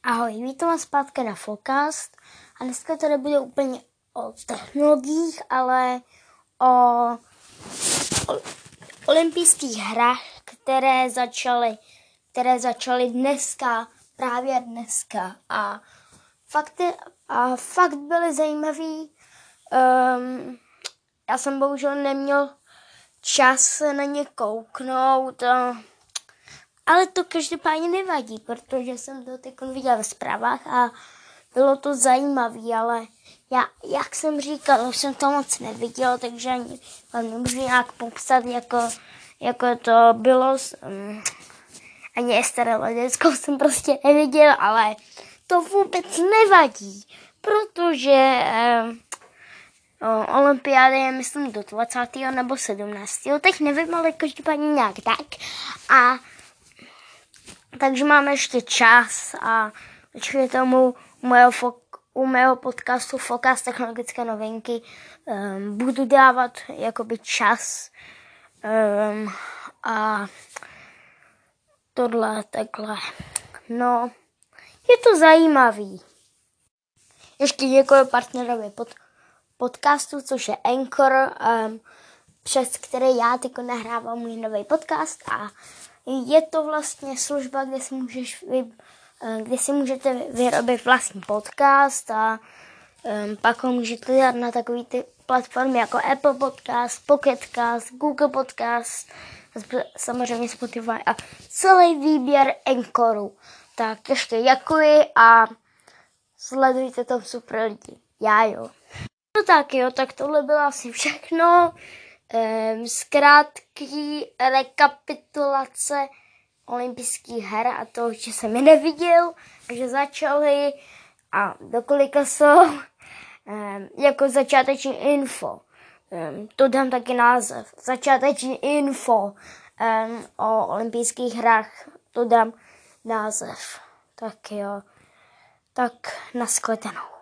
Ahoj, vítám vás zpátky na Focast a dneska to nebude úplně o technologiích, ale o olympijských hrách, které začaly dneska, právě dneska a fakt byly zajímavý. Já jsem bohužel neměl čas na ně kouknout, ale to každopádně nevadí, protože jsem to teď viděla ve zprávách a bylo to zajímavé, ale jak jsem říkal, už jsem to moc neviděl, takže ani vám nemůžu nějak popsat, jako to bylo. Ani Staré leteckou jsem prostě neviděl, ale to vůbec nevadí, protože olympiáda je, myslím, do 20. nebo 17. Teď nevím, ale každopádně nějak tak. A takže máme ještě čas a určitě tomu u mého podcastu Focast technologické novinky budu dávat jakoby čas a tohle, takhle. No, je to zajímavý. Ještě děkuji partnerovi podcastu, což je Anchor, přes který já teď nahrávám můj nový podcast a je to vlastně služba, kde si můžete vyrobit vlastní podcast a pak ho můžete dát na takové ty platformy jako Apple Podcast, Pocket Cast, Google Podcast, samozřejmě Spotify a celý výběr Anchoru. Tak ještě děkuji a sledujte to super lidi. Já jo. No tak jo, tak tohle bylo asi všechno. Zkrátký rekapitulace olympijských her a toho, že jsem je neviděl, že začaly a do kolika jsou, jako začáteční info. To dám taky název. Začáteční info o olympijských hrách, to dám název. Tak jo, tak nashledanou.